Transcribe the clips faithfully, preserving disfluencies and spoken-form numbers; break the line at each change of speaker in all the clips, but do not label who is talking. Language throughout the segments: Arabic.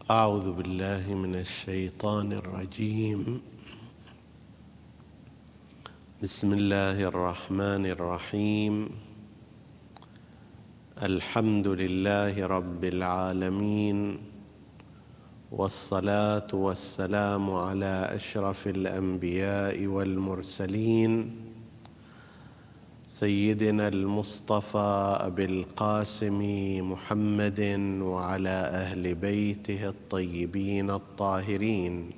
أعوذ بالله من الشيطان الرجيم. بسم الله الرحمن الرحيم. الحمد لله رب العالمين، والصلاة والسلام على أشرف الأنبياء والمرسلين سيدنا المصطفى أبي القاسم محمد وعلى أهل بيته الطيبين الطاهرين.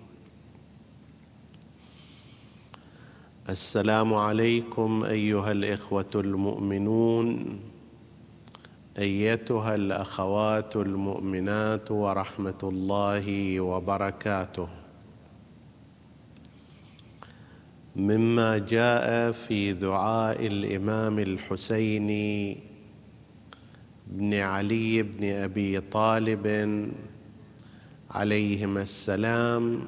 السلام عليكم أيها الإخوة المؤمنون، أيتها الأخوات المؤمنات، ورحمة الله وبركاته. مما جاء في دعاء الإمام الحسين بن علي بن أبي طالب عليهما السلام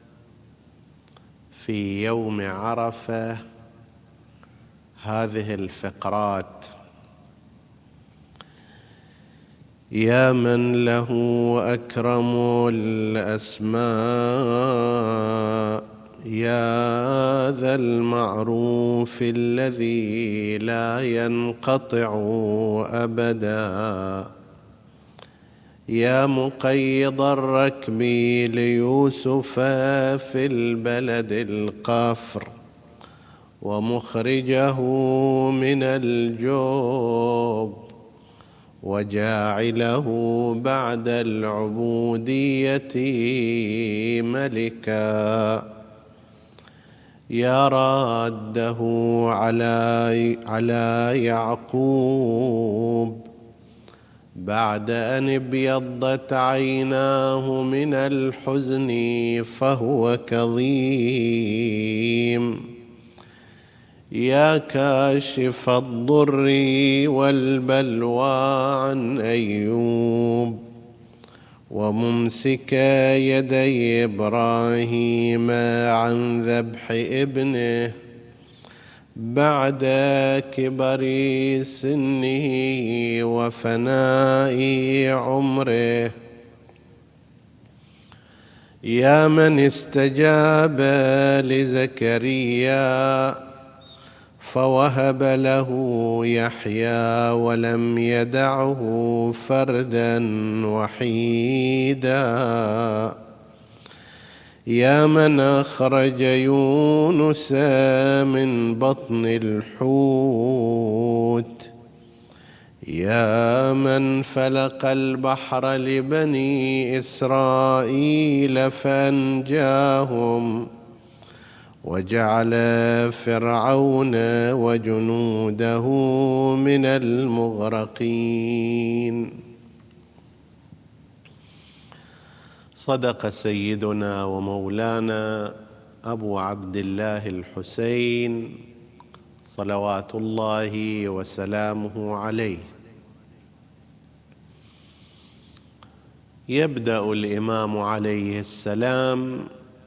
في يوم عرفة هذه الفقرات: يا من له أكرم الأسماء، يا ذا المعروف الذي لا ينقطع أبدا، يا مقيض الركب ليوسف في البلد القافر، ومخرجه من الجوب، وجاعله بعد العبودية ملكا، يا راده على على يعقوب بعد أن ابيضت عيناه من الحزن فهو كظيم، يا كاشف الضر والبلوى عن أيوب، وممسك يدي إبراهيم عن ذبح ابنه بعد كبر سنه وفناء عمره، يا من استجاب لزكريا فوهب له يحيى ولم يدعه فردا وحيدا، يا من أخرج يونس من بطن الحوت، يا من فلق البحر لبني إسرائيل فأنجاهم، وجعل فرعون وجنوده من المغرقين. صدق سيدنا ومولانا أبو عبد الله الحسين صلوات الله وسلامه عليه. يبدأ الإمام عليه السلام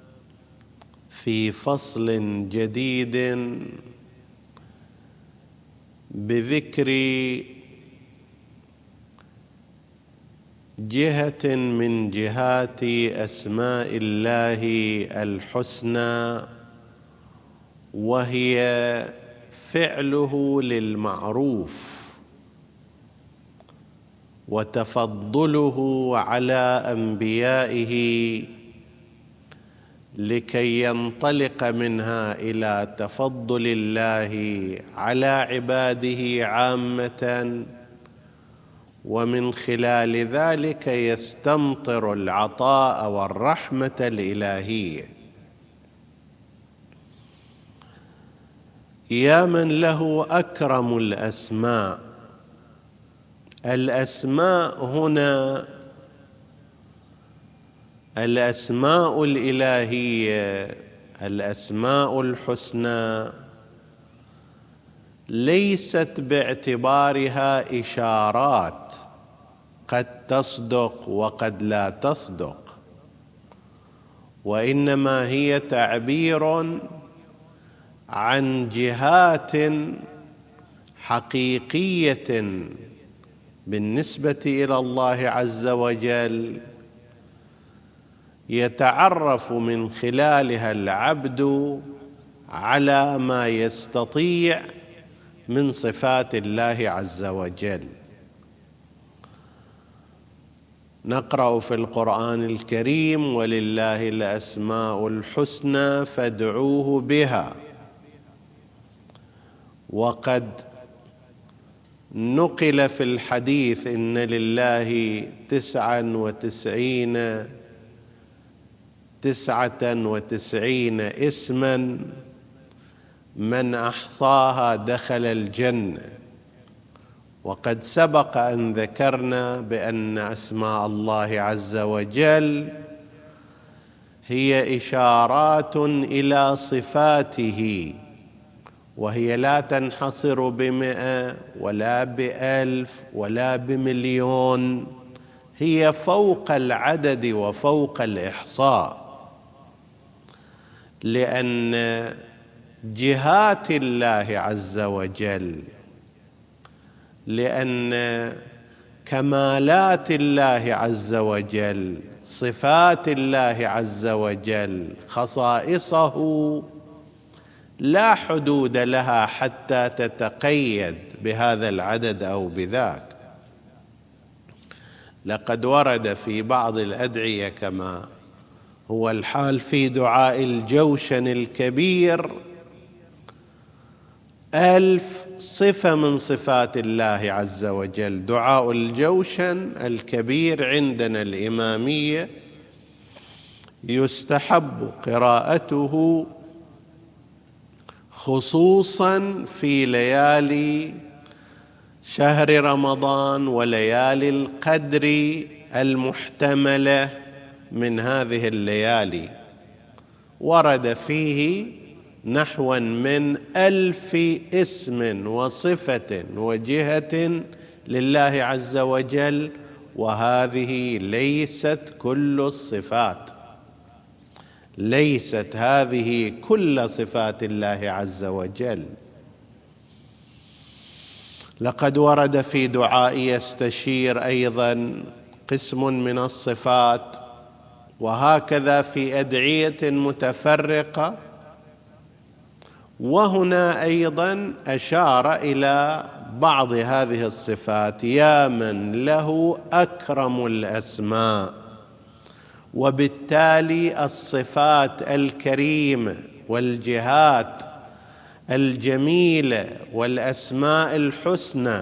في فصل جديد بذكر جهة من جهات أسماء الله الحسنى، وهي فعله للمعروف وتفضله على أنبيائه لكي ينطلق منها إلى تفضل الله على عباده عامة، ومن خلال ذلك يستمطر العطاء والرحمة الإلهية. يا من له أكرم الأسماء. الأسماء هنا الأسماء الإلهية، الأسماء الحسنى، ليست باعتبارها إشارات قد تصدق وقد لا تصدق، وإنما هي تعبير عن جهات حقيقية بالنسبة إلى الله عز وجل، يتعرف من خلالها العبد على ما يستطيع من صفات الله عز وجل. نقرأ في القرآن الكريم: ولله الأسماء الحسنى فادعوه بها. وقد نقل في الحديث: إن لله تسعا وتسعين تسعة وتسعين اسما من أحصاها دخل الجنة. وقد سبق أن ذكرنا بأن أسماء الله عز وجل هي إشارات إلى صفاته، وهي لا تنحصر بمئة ولا بألف ولا بمليون، هي فوق العدد وفوق الإحصاء، لأن جهات الله عز وجل، لأن كمالات الله عز وجل، صفات الله عز وجل، خصائصه لا حدود لها حتى تتقيد بهذا العدد أو بذاك. لقد ورد في بعض الأدعية كما هو الحال في دعاء الجوشن الكبير ألف صفة من صفات الله عز وجل. دعاء الجوشن الكبير عندنا الإمامية يستحب قراءته خصوصا في ليالي شهر رمضان وليالي القدر المحتملة من هذه الليالي. ورد فيه نحو من ألف اسم وصفة وجهة لله عز وجل، وهذه ليست كل الصفات، ليست هذه كل صفات الله عز وجل. لقد ورد في دعاء يستشير أيضا قسم من الصفات، وهكذا في أدعية متفرقة. وهنا أيضا أشار إلى بعض هذه الصفات: يا من له أكرم الأسماء. وبالتالي الصفات الكريمة والجهات الجميلة والأسماء الحسنى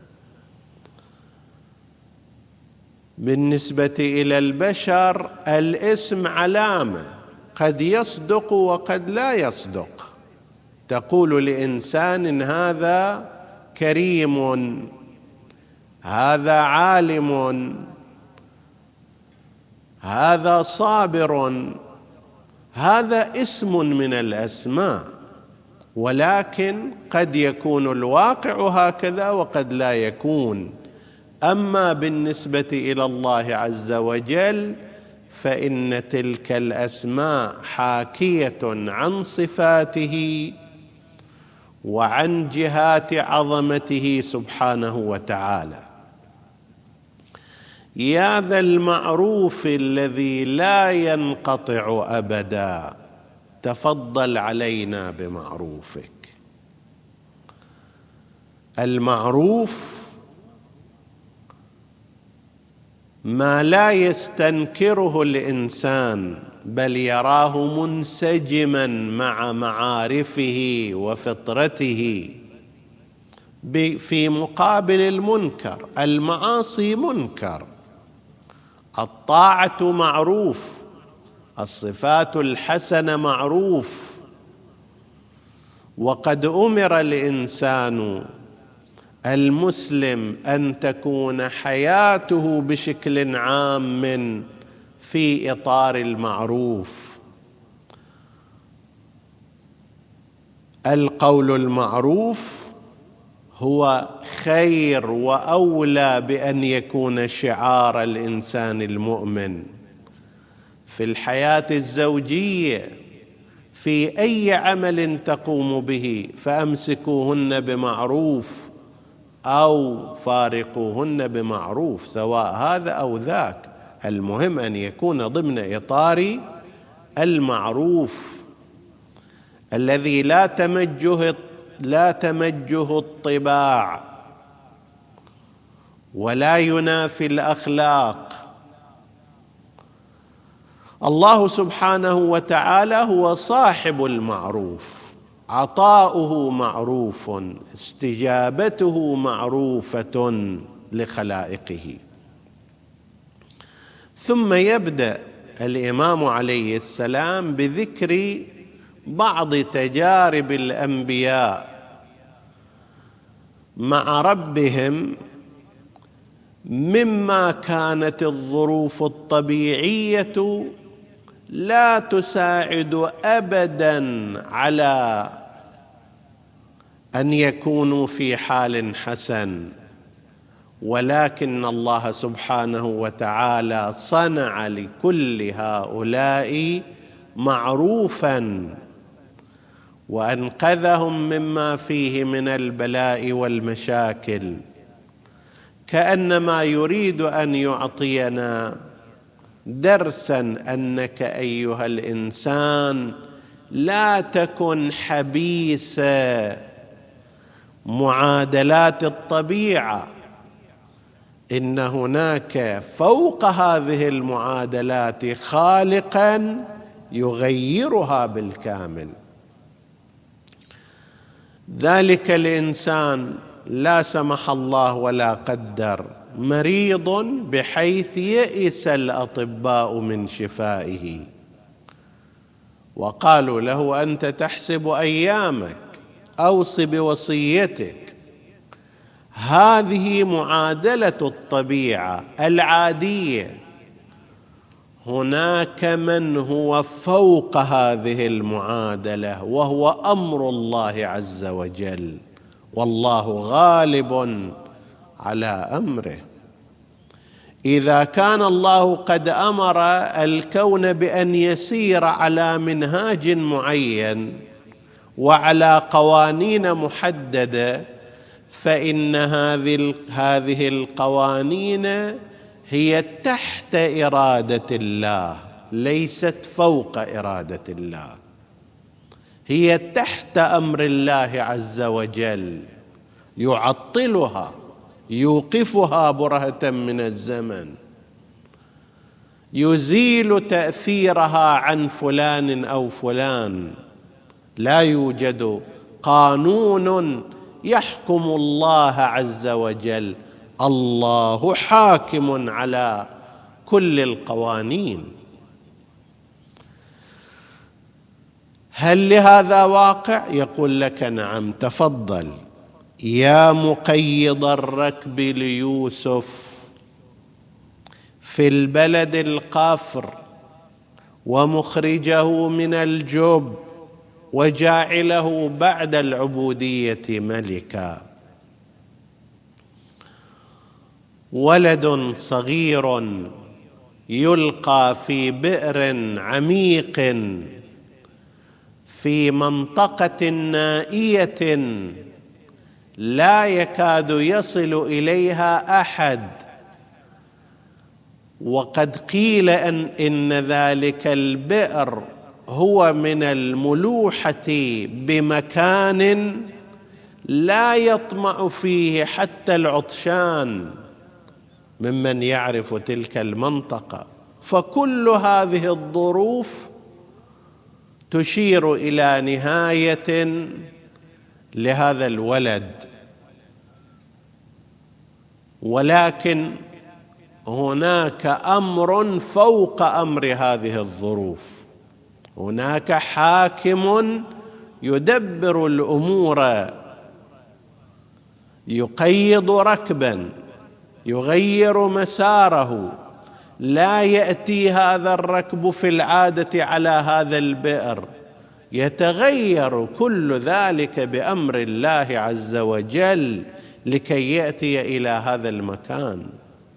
بالنسبة إلى البشر الاسم علامة، قد يصدق وقد لا يصدق. تقول لإنسان هذا كريم، هذا عالم، هذا صابر، هذا اسم من الأسماء، ولكن قد يكون الواقع هكذا وقد لا يكون. أما بالنسبة إلى الله عز وجل فإن تلك الأسماء حاكية عن صفاته وعن جهات عظمته سبحانه وتعالى. يا ذا المعروف الذي لا ينقطع أبدا، تفضل علينا بمعروفك. المعروف ما لا يستنكره الإنسان، بل يراه منسجما مع معارفه وفطرته، في مقابل المنكر. المعاصي منكر، الطاعة معروف، الصفات الحسنة معروف. وقد أمر الإنسان المسلم أن تكون حياته بشكل عام في إطار المعروف. القول المعروف هو خير وأولى بأن يكون شعار الإنسان المؤمن في الحياة الزوجية، في أي عمل تقوم به، فأمسكوهن بمعروف أو فارقوهن بمعروف، سواء هذا أو ذاك. المهم أن يكون ضمن إطار المعروف الذي لا تمجه لا تمجه الطباع ولا ينافي الأخلاق. الله سبحانه وتعالى هو صاحب المعروف، عطاؤه معروف، استجابته معروفة لخلائقه. ثم يبدأ الإمام عليه السلام بذكر بعض تجارب الأنبياء مع ربهم، مما كانت الظروف الطبيعية لا تساعد أبداً على أن يكونوا في حال حسن، ولكن الله سبحانه وتعالى صنع لكل هؤلاء معروفاً وأنقذهم مما فيه من البلاء والمشاكل، كأنما يريد أن يعطينا درساً أنك أيها الإنسان لا تكن حبيس معادلات الطبيعة، إن هناك فوق هذه المعادلات خالقاً يغيرها بالكامل. ذلك الإنسان لا سمح الله ولا قدر مريض بحيث يئس الأطباء من شفائه، وقالوا له: أنت تحسب أيامك، أوص بوصيتك. هذه معادلة الطبيعة العادية. هناك من هو فوق هذه المعادلة، وهو أمر الله عز وجل، والله غالب على أمره. إذا كان الله قد أمر الكون بأن يسير على منهاج معين وعلى قوانين محددة، فإن هذه هذه القوانين هي تحت إرادة الله، ليست فوق إرادة الله، هي تحت أمر الله عز وجل، يعطلها، يوقفها برهة من الزمن، يزيل تأثيرها عن فلان أو فلان. لا يوجد قانون يحكم الله عز وجل، الله حاكم على كل القوانين. هل لهذا واقع؟ يقول لك: نعم، تفضل يا مقيض الركب ليوسف في البلد القافر ومخرجه من الجب وجاعله بعد العبودية ملكا. ولد صغير يلقى في بئر عميق في منطقة نائية لا يكاد يصل إليها أحد، وقد قيل أن إن ذلك البئر هو من الملوحة بمكان لا يطمع فيه حتى العطشان ممن يعرف تلك المنطقة. فكل هذه الظروف تشير إلى نهاية لهذا الولد، ولكن هناك أمر فوق أمر هذه الظروف. هناك حاكم يدبر الأمور، يقيض ركبا، يغير مساره. لا يأتي هذا الركب في العادة على هذا البئر، يتغير كل ذلك بأمر الله عز وجل لكي يأتي إلى هذا المكان.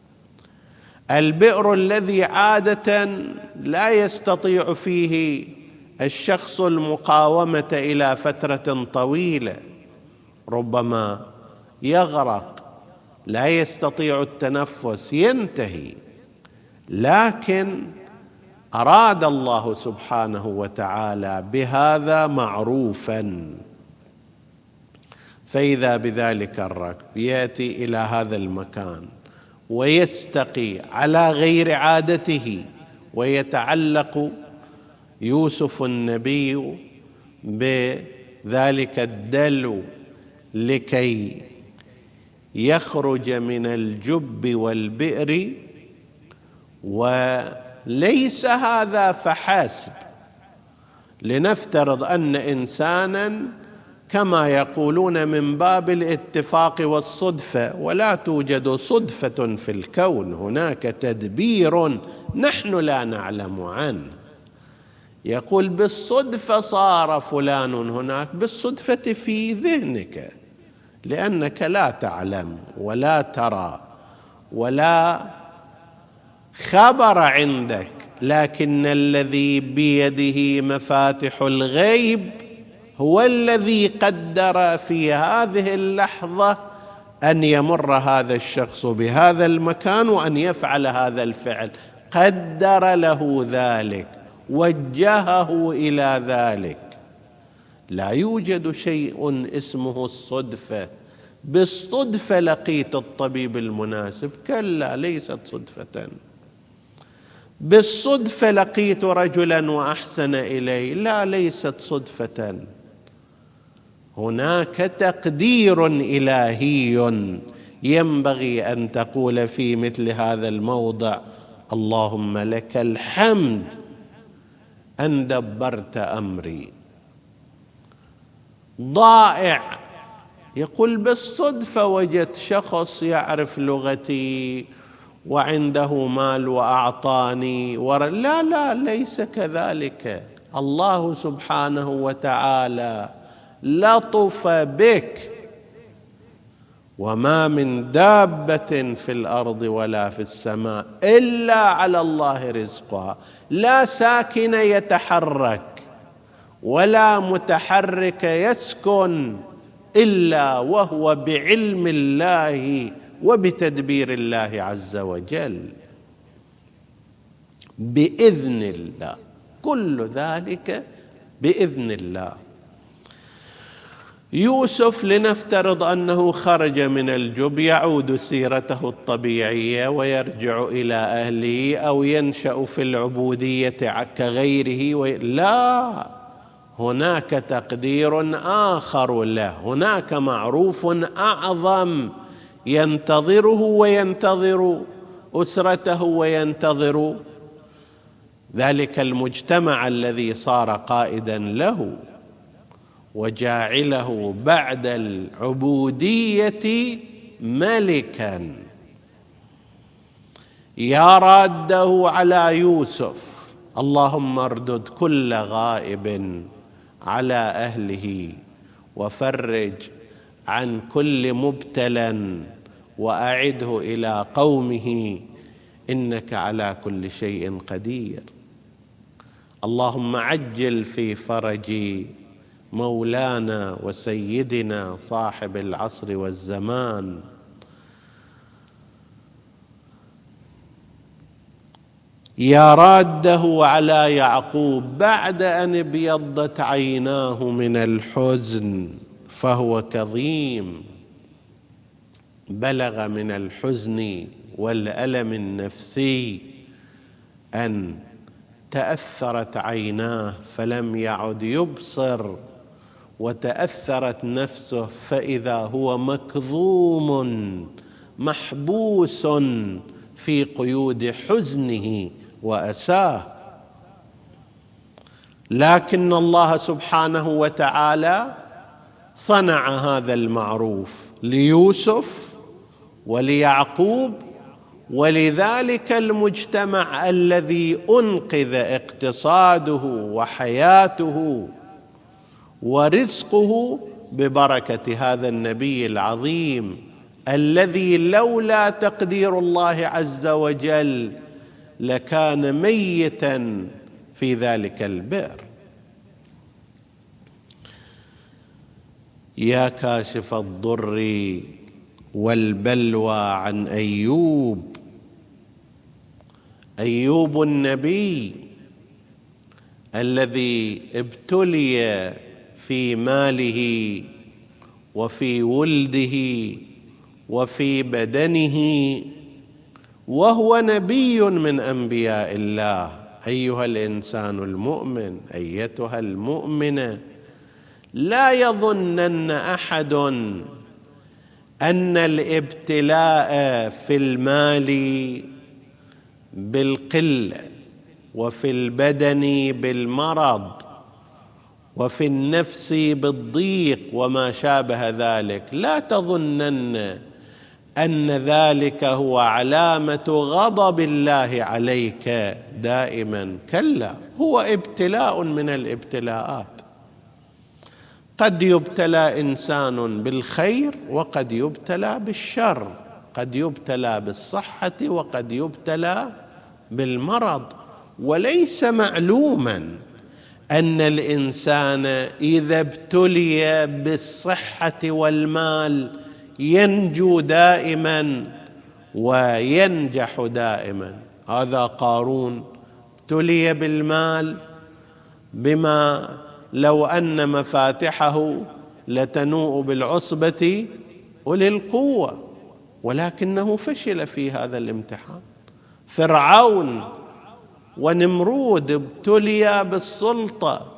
البئر الذي عادة لا يستطيع فيه الشخص المقاومة إلى فترة طويلة، ربما يغرق، لا يستطيع التنفس، ينتهي. لكن أراد الله سبحانه وتعالى بهذا معروفا، فإذا بذلك الركب يأتي إلى هذا المكان ويستقي على غير عادته، ويتعلق يوسف النبي بذلك الدلو لكي يخرج من الجب والبئر. وليس هذا فحسب، لنفترض أن إنسانا كما يقولون من باب الاتفاق والصدفة، ولا توجد صدفة في الكون، هناك تدبير نحن لا نعلم عنه. يقول بالصدفة صار فلان هناك، بالصدفة في ذهنك، لأنك لا تعلم ولا ترى ولا خبر عندك، لكن الذي بيده مفاتح الغيب هو الذي قدر في هذه اللحظة أن يمر هذا الشخص بهذا المكان وأن يفعل هذا الفعل، قدر له ذلك، وجهه إلى ذلك. لا يوجد شيء اسمه الصدفة. بالصدفة لقيت الطبيب المناسب، كلا، ليست صدفة. بالصدفة لقيت رجلا وأحسن إلي، لا، ليست صدفة. هناك تقدير إلهي ينبغي أن تقول في مثل هذا الموضع: اللهم لك الحمد أن دبرت أمري. ضائع يقول بالصدفة وجدت شخص يعرف لغتي وعنده مال وأعطاني ور... لا لا ليس كذلك. الله سبحانه وتعالى لطف بك. وما من دابة في الأرض ولا في السماء إلا على الله رزقها، لا ساكن يتحرك ولا متحرك يسكن إلا وهو بعلم الله وبتدبير الله عز وجل، بإذن الله، كل ذلك بإذن الله. يوسف لنفترض أنه خرج من الجب، يعود سيرته الطبيعية ويرجع إلى أهله أو ينشأ في العبودية كغيره و... لا، هناك تقدير آخر له، هناك معروف أعظم ينتظره وينتظر أسرته وينتظر ذلك المجتمع الذي صار قائدا له وجاعله بعد العبودية ملكا. يا راده على يوسف، اللهم اردد كل غائب على أهله، وفرج عن كل مبتلى، وأعده إلى قومه، إنك على كل شيء قدير. اللهم عجل في فرج مولانا وسيدنا صاحب العصر والزمان. يا راده على يعقوب بعد أن ابيضت عيناه من الحزن فهو كظيم، بلغ من الحزن والألم النفسي أن تأثرت عيناه فلم يعد يبصر، وتأثرت نفسه فإذا هو مكظوم محبوس في قيود حزنه وأساه. لكن الله سبحانه وتعالى صنع هذا المعروف ليوسف وليعقوب ولذلك المجتمع الذي أنقذ اقتصاده وحياته ورزقه ببركة هذا النبي العظيم، الذي لولا تقدير الله عز وجل لكان ميتا في ذلك البئر. يا كاشف الضر والبلوى عن أيوب، أيوب النبي الذي ابتلي في ماله وفي ولده وفي بدنه وهو نبي من أنبياء الله. أيها الإنسان المؤمن، أيتها المؤمنة، لا يظنن أحد أن الابتلاء في المال بالقلة وفي البدن بالمرض وفي النفس بالضيق وما شابه ذلك، لا تظنن أن ذلك هو علامة غضب الله عليك دائما، كلا، هو ابتلاء من الابتلاءات. قد يبتلى إنسان بالخير وقد يبتلى بالشر، قد يبتلى بالصحة وقد يبتلى بالمرض، وليس معلوما أن الإنسان إذا ابتلي بالصحة والمال ينجو دائما وينجح دائما. هذا قارون ابتلي بالمال بما لو أن مفاتحه لتنوء بالعصبة أولي القوة، ولكنه فشل في هذا الامتحان. فرعون ونمرود ابتليا بالسلطة،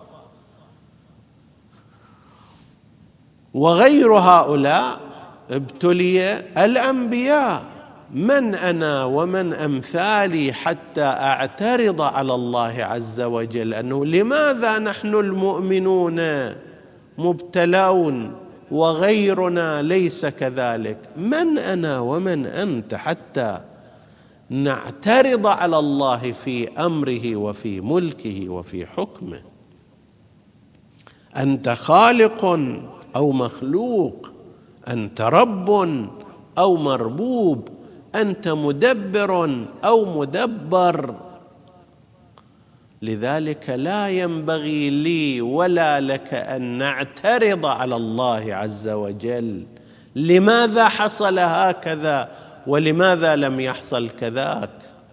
وغير هؤلاء ابتلي الأنبياء. من أنا ومن أمثالي حتى أعترض على الله عز وجل أنه لماذا نحن المؤمنون مبتلون وغيرنا ليس كذلك؟ من أنا ومن أنت حتى نعترض على الله في أمره وفي ملكه وفي حكمه؟ أنت خالق أو مخلوق، أنت رب أو مربوب، أنت مدبر أو مدبر. لذلك لا ينبغي لي ولا لك أن نعترض على الله عز وجل لماذا حصل هكذا ولماذا لم يحصل كذاك.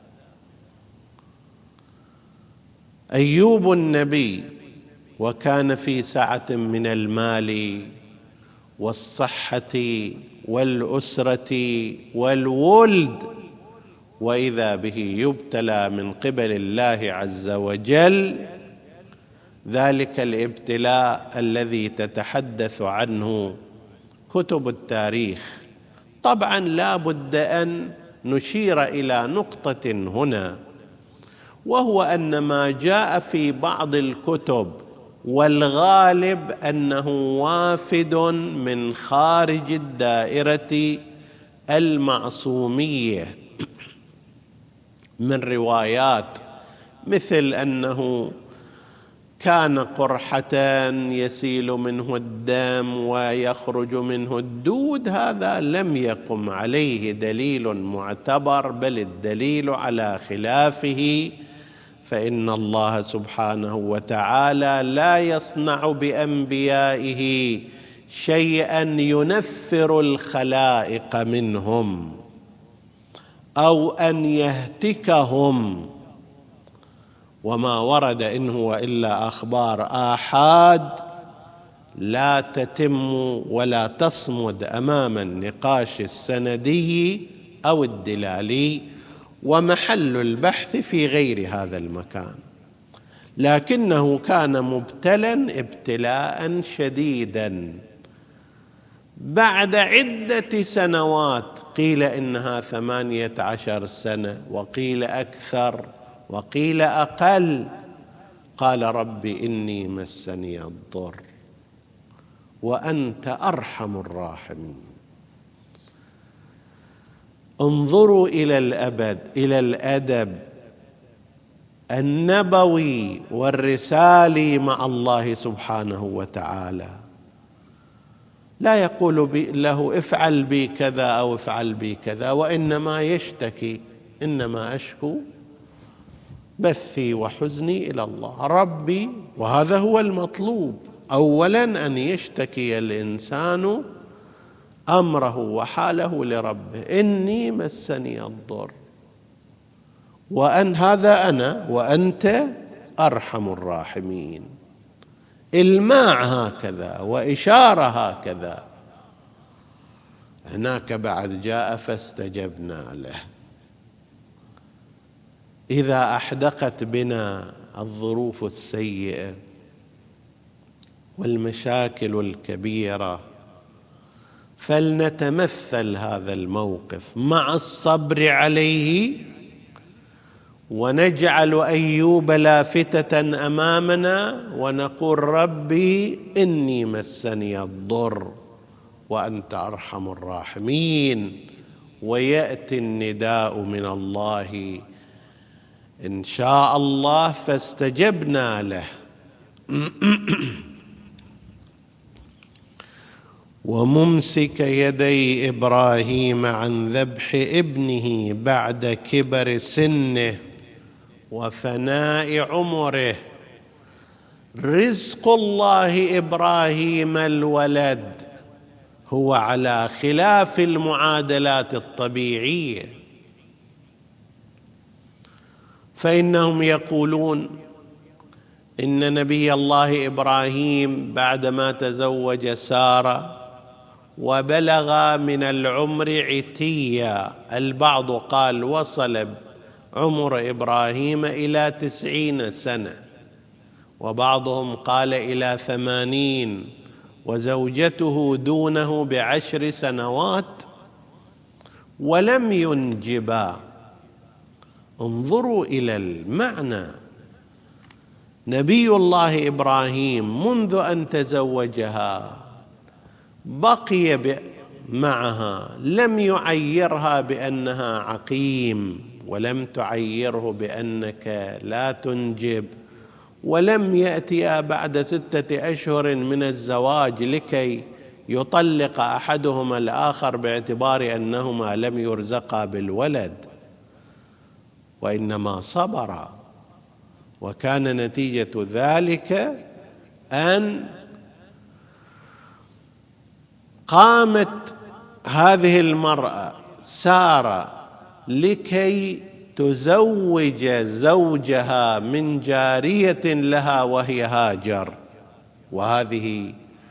أيوب النبي وكان في سعة من المال والصحة والأسرة والولد، وإذا به يبتلى من قبل الله عز وجل ذلك الابتلاء الذي تتحدث عنه كتب التاريخ. طبعا لا بد أن نشير إلى نقطة هنا، وهو أن ما جاء في بعض الكتب والغالب أنه وافد من خارج الدائرة المعصومية من روايات، مثل أنه كان قرحة يسيل منه الدم ويخرج منه الدود. هذا لم يقم عليه دليل معتبر، بل الدليل على خلافه، فإن الله سبحانه وتعالى لا يصنع بأنبيائه شيئا ينفر الخلائق منهم أو أن يهتكهم، وما ورد إن هو إلا أخبار آحاد لا تتم ولا تصمد أمام النقاش السندي أو الدلالي، ومحل البحث في غير هذا المكان. لكنه كان مبتلا ابتلاء شديدا بعد عدة سنوات، قيل إنها ثمانية عشر سنة وقيل أكثر وقيل أقل. قال رب إني مسني الضر وأنت أرحم الراحمين. انظروا إلى الأبد إلى الأدب النبوي والرسالي مع الله سبحانه وتعالى. لا يقول له افعل بي كذا أو افعل بي كذا، وإنما يشتكي، إنما أشكو بثي وحزني إلى الله ربي. وهذا هو المطلوب، أولا أن يشتكي الإنسان أمره وحاله لربه، إني مسني الضر وأن هذا أنا وأنت أرحم الراحمين. إلماع هكذا وإشارة هكذا. هناك بعد جاء فاستجبنا له. إذا أحدقت بنا الظروف السيئة والمشاكل الكبيرة فلنتمثل هذا الموقف مع الصبر عليه، ونجعل أيوب لافتة أمامنا ونقول ربي إني مسني الضر وأنت أرحم الراحمين، ويأتي النداء من الله إن شاء الله فاستجبنا له. وممسك يدي إبراهيم عن ذبح ابنه بعد كبر سنه وفناء عمره. رزق الله إبراهيم الولد هو على خلاف المعادلات الطبيعية، فإنهم يقولون إن نبي الله إبراهيم بعدما تزوج سارة وبلغ من العمر عتيا، البعض قال وصل عمر إبراهيم إلى تسعين سنة، وبعضهم قال إلى ثمانين، وزوجته دونه بعشر سنوات ولم ينجبا. انظروا إلى المعنى. نبي الله إبراهيم منذ أن تزوجها بقي معها، لم يعيرها بأنها عقيم، ولم تعيره بأنك لا تنجب، ولم يأتيا بعد ستة أشهر من الزواج لكي يطلق أحدهما الآخر باعتبار أنهما لم يرزقا بالولد، وإنما صبرا. وكان نتيجة ذلك أن قامت هذه المرأة سارة لكي تزوج زوجها من جارية لها وهي هاجر، وهذه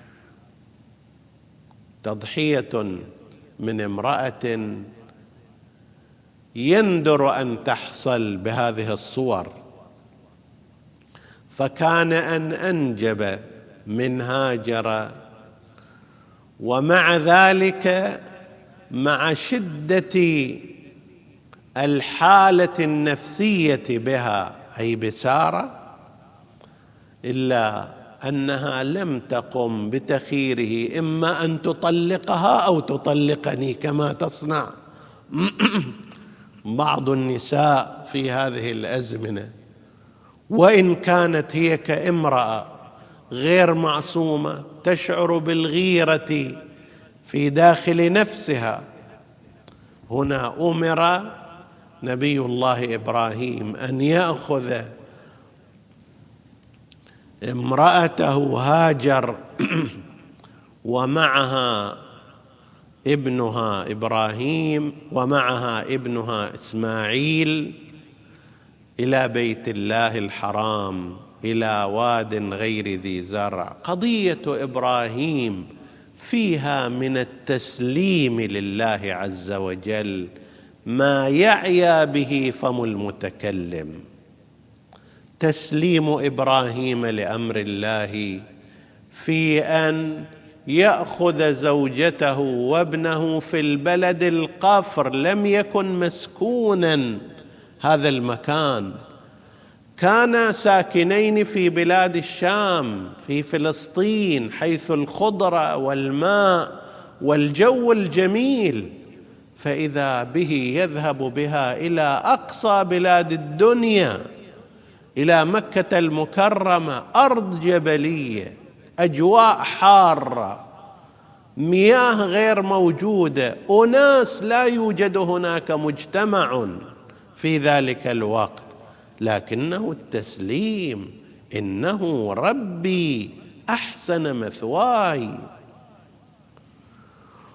تضحية من امرأة يندر أن تحصل بهذه الصور. فكان أن أنجب من هاجر، ومع ذلك مع شدة الحالة النفسية بها أي بسارة، إلا أنها لم تقم بتخييره إما أن تطلقها أو تطلقني كما تصنع بعض النساء في هذه الأزمنة. وإن كانت هي كامرأة غير معصومة تشعر بالغيرة في داخل نفسها، هنا أمر نبي الله إبراهيم أن يأخذ امرأته هاجر ومعها ابنها إبراهيم ومعها ابنها إسماعيل إلى بيت الله الحرام، إلى واد غير ذي زرع. قضية إبراهيم فيها من التسليم لله عز وجل ما يعيا به فم المتكلم. تسليم إبراهيم لأمر الله في أن يأخذ زوجته وابنه في البلد القفر، لم يكن مسكونا هذا المكان، كانا ساكنين في بلاد الشام في فلسطين حيث الخضرة والماء والجو الجميل، فإذا به يذهب بها إلى أقصى بلاد الدنيا، إلى مكة المكرمة، أرض جبلية، أجواء حارة، مياه غير موجودة، أناس لا يوجد هناك مجتمع في ذلك الوقت، لكنه التسليم، إنه ربي أحسن مثواي.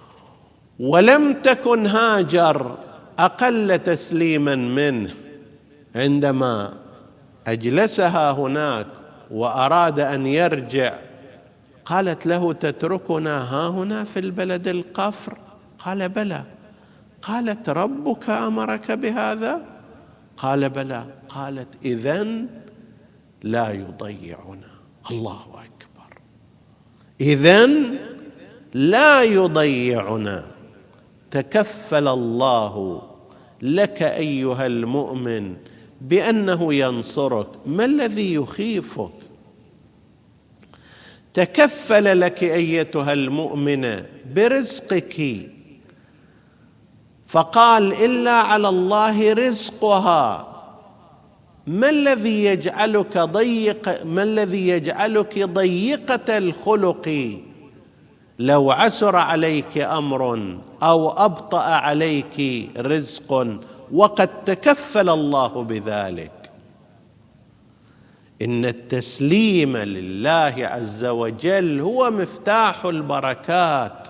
ولم تكن هاجر أقل تسليما منه، عندما أجلسها هناك وأراد أن يرجع قالت له: تتركنا ها هنا في البلد القفر؟ قال: بلى. قالت: ربك أمرك بهذا؟ قال: بلى. قالت: إذن لا يضيعنا. الله أكبر، إذن لا يضيعنا. تكفل الله لك أيها المؤمن بأنه ينصرك، ما الذي يخيفك؟ تكفل لك أيتها المؤمنة برزقك، فقال: إلا على الله رزقها. ما الذي يجعلك ضيق ما الذي يجعلك ضيقة الخلق؟ لو عسر عليك أمر أو أبطأ عليك رزق وقد تكفل الله بذلك. إن التسليم لله عز وجل هو مفتاح البركات.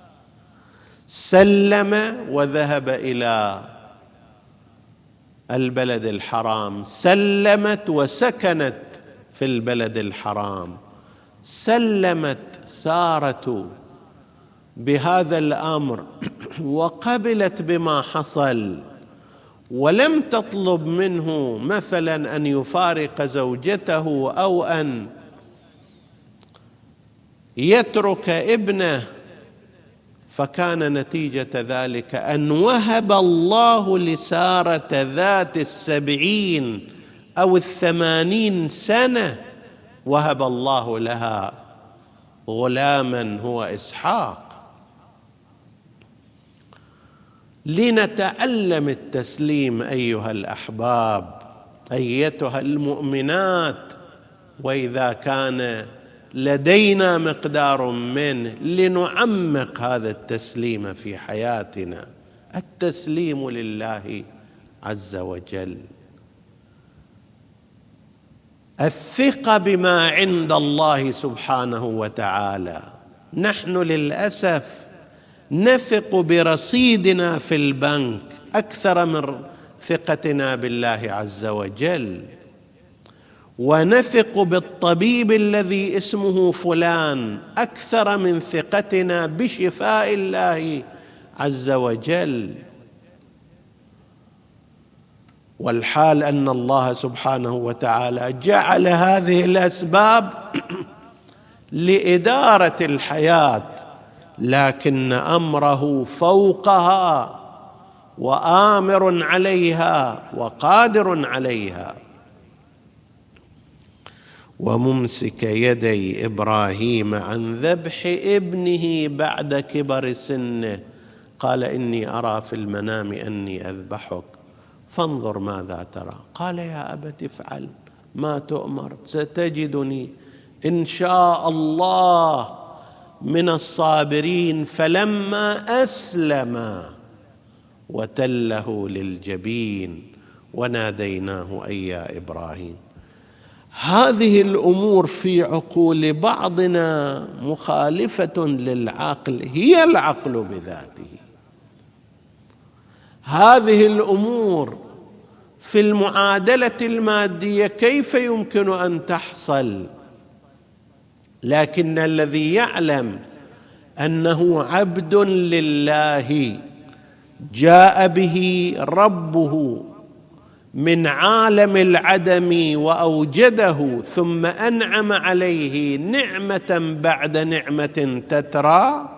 سلم وذهب إلى البلد الحرام، سلمت وسكنت في البلد الحرام، سلمت سارة بهذا الأمر وقبلت بما حصل، ولم تطلب منه مثلا أن يفارق زوجته أو أن يترك ابنه. فكان نتيجة ذلك أن وهب الله لسارة ذات السبعين أو الثمانين سنة، وهب الله لها غلاما هو إسحاق. لنتعلم التسليم أيها الأحباب، أيتها المؤمنات، وإذا كان لدينا مقدار منه لنعمق هذا التسليم في حياتنا. التسليم لله عز وجل، الثقة بما عند الله سبحانه وتعالى. نحن للأسف نثق برصيدنا في البنك أكثر من ثقتنا بالله عز وجل، ونثق بالطبيب الذي اسمه فلان أكثر من ثقتنا بشفاء الله عز وجل. والحال أن الله سبحانه وتعالى جعل هذه الأسباب لإدارة الحياة، لكن أمره فوقها وآمر عليها وقادر عليها. وممسك يدي إبراهيم عن ذبح ابنه بعد كبر سنه قال: إني أرى في المنام أني أذبحك فانظر ماذا ترى. قال: يا أبت افعل ما تؤمر ستجدني إن شاء الله من الصابرين. فلما أسلم وتله للجبين وناديناه أي يا إبراهيم. هذه الأمور في عقول بعضنا مخالفة للعقل، هي العقل بذاته. هذه الأمور في المعادلة المادية كيف يمكن أن تحصل؟ لكن الذي يعلم أنه عبد لله جاء به ربه من عالم العدم وأوجده ثم أنعم عليه نعمة بعد نعمة تترى.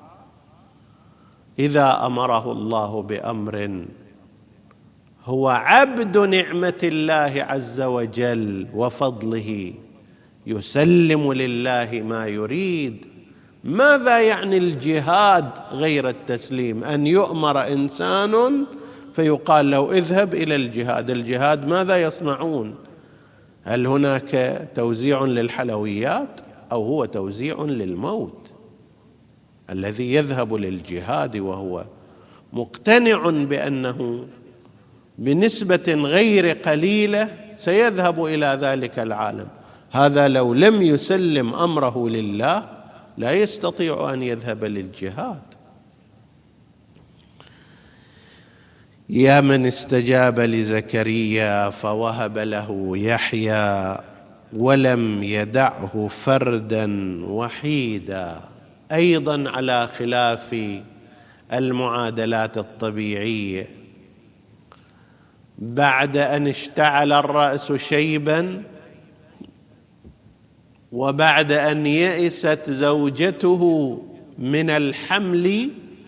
إذا أمره الله بأمر هو عبد نعمة الله عز وجل وفضله، يسلم لله ما يريد. ماذا يعني الجهاد غير التسليم؟ أن يؤمر إنسان فيقال له اذهب إلى الجهاد. الجهاد ماذا يصنعون؟ هل هناك توزيع للحلويات أو هو توزيع للموت؟ الذي يذهب للجهاد وهو مقتنع بأنه بنسبة غير قليلة سيذهب إلى ذلك العالم، هذا لو لم يسلم أمره لله لا يستطيع أن يذهب للجهاد. يا من استجاب لزكريا فوهب له يحيى ولم يدعه فردا وحيدا. ايضا على خلاف المعادلات الطبيعيه، بعد ان اشتعل الراس شيبا وبعد ان يئست زوجته من الحمل،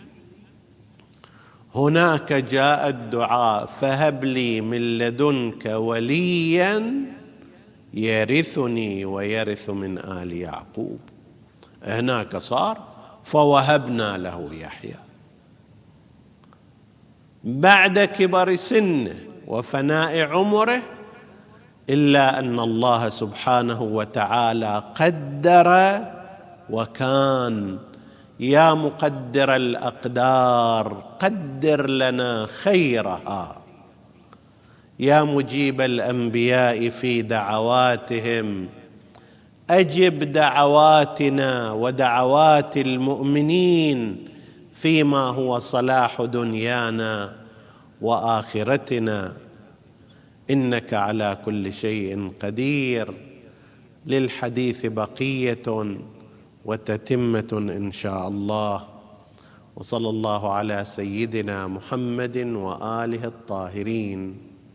هناك جاء الدعاء: فهب لي من لدنك وليا يرثني ويرث من آل يعقوب. هناك صار فوهبنا له يحيى بعد كبر سنه وفناء عمره، إلا أن الله سبحانه وتعالى قدر وكان. يا مقدر الأقدار قدر لنا خيرها، يا مجيب الأنبياء في دعواتهم أجب دعواتنا ودعوات المؤمنين فيما هو صلاح دنيانا وآخرتنا، إنك على كل شيء قدير. للحديث بقية وتتمة إن شاء الله. وصلى الله على سيدنا محمد وآله الطاهرين.